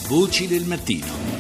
Voci del mattino.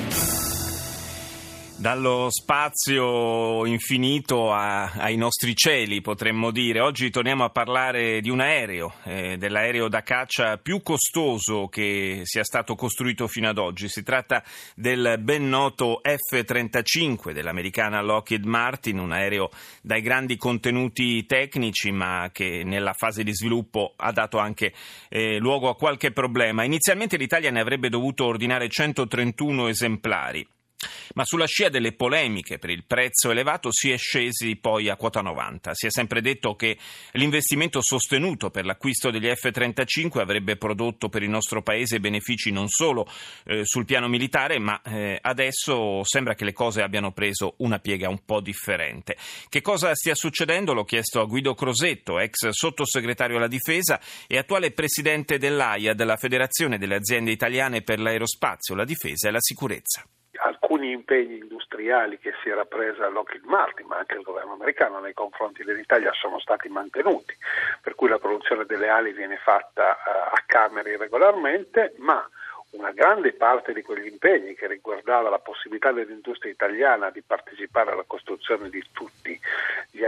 Dallo spazio infinito ai nostri cieli, potremmo dire. Oggi torniamo a parlare di un aereo, dell'aereo da caccia più costoso che sia stato costruito fino ad oggi. Si tratta del ben noto F-35 dell'americana Lockheed Martin, un aereo dai grandi contenuti tecnici, ma che nella fase di sviluppo ha dato anche luogo a qualche problema. Inizialmente l'Italia ne avrebbe dovuto ordinare 131 esemplari. Ma sulla scia delle polemiche per il prezzo elevato si è scesi poi a quota 90. Si è sempre detto che l'investimento sostenuto per l'acquisto degli F-35 avrebbe prodotto per il nostro paese benefici non solo sul piano militare, ma adesso sembra che le cose abbiano preso una piega un po' differente. Che cosa stia succedendo? L'ho chiesto a Guido Crosetto, ex sottosegretario alla difesa e attuale presidente dell'AIA, della Federazione delle aziende italiane per l'aerospazio, la difesa e la sicurezza. Alcuni impegni industriali che si era presa Lockheed Martin, ma anche il governo americano nei confronti dell'Italia sono stati mantenuti, per cui la produzione delle ali viene fatta a Cameri regolarmente, ma una grande parte di quegli impegni che riguardava la possibilità dell'industria italiana di partecipare alla costruzione di tutti gli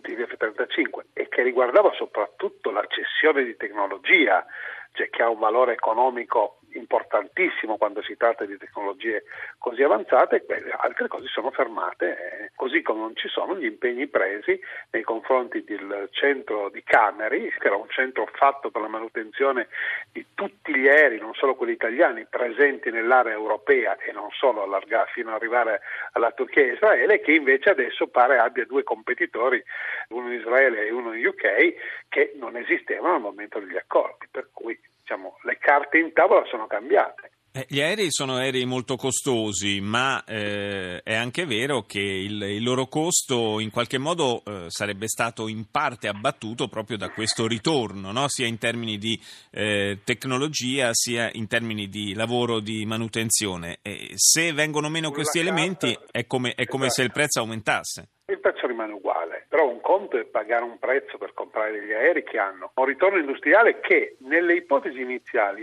F-35 e che riguardava soprattutto la cessione di tecnologia, cioè che ha un valore economico importantissimo quando si tratta di tecnologie così avanzate, altre cose sono fermate, così come non ci sono gli impegni presi nei confronti del centro di Cameri, che era un centro fatto per la manutenzione di tutti gli aerei, non solo quelli italiani, presenti nell'area europea e non solo fino ad arrivare alla Turchia e Israele, che invece adesso pare abbia due competitori, uno in Israele e uno in UK, che non esistevano al momento degli accordi, per cui le carte in tavola sono cambiate. Gli aerei sono aerei molto costosi, ma è anche vero che il loro costo in qualche modo sarebbe stato in parte abbattuto proprio da questo ritorno, no? Sia in termini di tecnologia sia in termini di lavoro di manutenzione. E se vengono meno questi elementi è come se il prezzo aumentasse. Il prezzo rimane uguale, però un conto è pagare un prezzo per comprare degli aerei che hanno un ritorno industriale che nelle ipotesi iniziali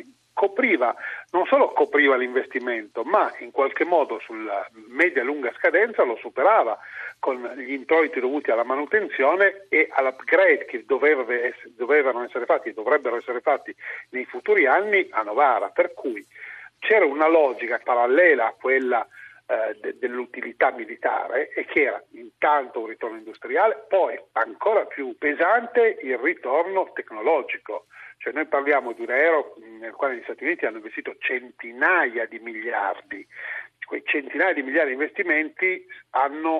non solo copriva l'investimento, ma in qualche modo sulla media e lunga scadenza lo superava con gli introiti dovuti alla manutenzione e all'upgrade che dovrebbero essere fatti nei futuri anni a Novara, per cui c'era una logica parallela a quella dell'utilità militare e che era intanto un ritorno industriale, poi ancora più pesante il ritorno tecnologico. Cioè noi parliamo di un aereo nel quale gli Stati Uniti hanno investito centinaia di miliardi. Quei centinaia di miliardi di investimenti hanno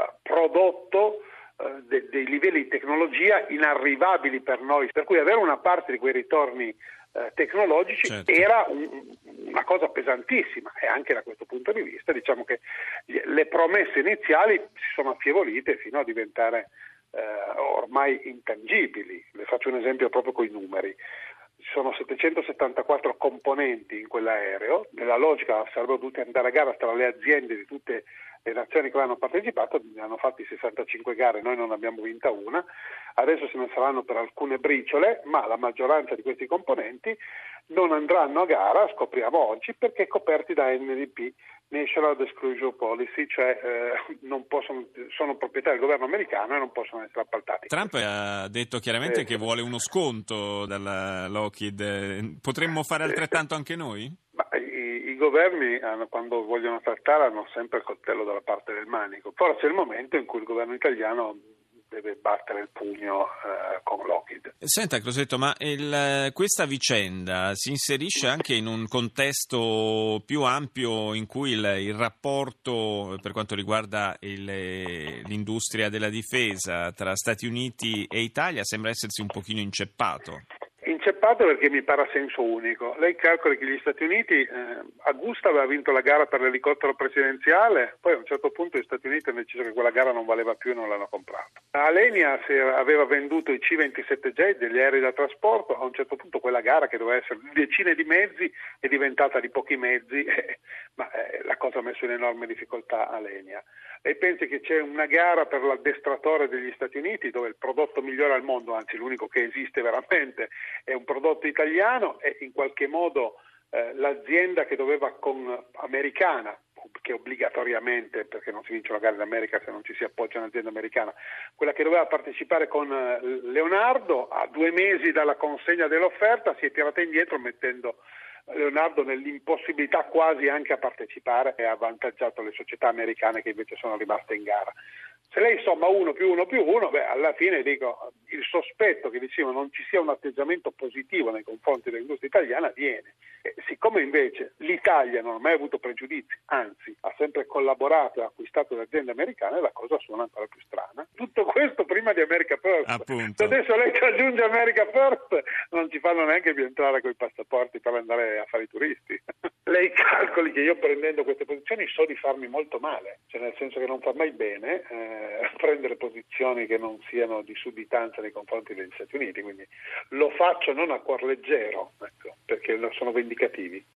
prodotto dei livelli di tecnologia inarrivabili per noi, per cui avere una parte di quei ritorni tecnologici era una cosa pesantissima, e anche da questo punto di vista diciamo che le promesse iniziali si sono affievolite fino a diventare ormai intangibili. Le faccio un esempio proprio con i numeri. Ci sono 774 componenti in quell'aereo, nella logica sarebbero dovuti andare a gara tra le aziende di tutte le nazioni che hanno partecipato, ne hanno fatti 65 gare, noi non abbiamo vinta una, adesso se ne saranno per alcune briciole, ma la maggioranza di questi componenti non andranno a gara, scopriamo oggi, perché coperti da NDP, National Disclosure Policy, cioè sono proprietà del governo americano e non possono essere appaltati. Trump ha detto chiaramente che vuole uno sconto dalla Lockheed. Potremmo fare altrettanto anche noi? Ma i governi quando vogliono trattare hanno sempre il coltello dalla parte del manico. Forse è il momento in cui il governo italiano deve battere il pugno con Lockheed. Senta Crosetto, ma questa vicenda si inserisce anche in un contesto più ampio in cui il rapporto per quanto riguarda l'industria della difesa tra Stati Uniti e Italia sembra essersi un pochino inceppato. Inceppato perché mi pare a senso unico. Lei calcola che gli Stati Uniti, Augusta aveva vinto la gara per l'elicottero presidenziale, poi a un certo punto gli Stati Uniti hanno deciso che quella gara non valeva più e non l'hanno comprato. Alenia aveva venduto i C-27J, degli aerei da trasporto, a un certo punto quella gara che doveva essere di decine di mezzi è diventata di pochi mezzi, ma la cosa ha messo in enorme difficoltà Alenia. Lei pensi che c'è una gara per l'addestratore degli Stati Uniti dove il prodotto migliore al mondo, anzi l'unico che esiste veramente, è un prodotto italiano e in qualche modo l'azienda che doveva americana, che obbligatoriamente, perché non si vince una gara in America se non ci si appoggia a un'azienda americana, quella che doveva partecipare con Leonardo, a 2 mesi dalla consegna dell'offerta si è tirata indietro mettendo Leonardo nell'impossibilità quasi anche a partecipare e ha avvantaggiato le società americane che invece sono rimaste in gara. Se lei somma 1 più 1 più 1, alla fine dico, il sospetto che diciamo non ci sia un atteggiamento positivo nei confronti dell'industria italiana viene. Siccome invece l'Italia non ha mai avuto pregiudizi, anzi ha sempre collaborato e acquistato le aziende americane, la cosa suona ancora più strana. Tutto questo prima di America First. Appunto. Se adesso lei ci aggiunge America First, non ci fanno neanche più entrare con i passaporti per andare a fare i turisti. Lei calcoli che io prendendo queste posizioni so di farmi molto male, cioè nel senso che non fa mai bene prendere posizioni che non siano di sudditanza nei confronti degli Stati Uniti, quindi lo faccio non a cuor leggero, ecco, perché sono vendicativi.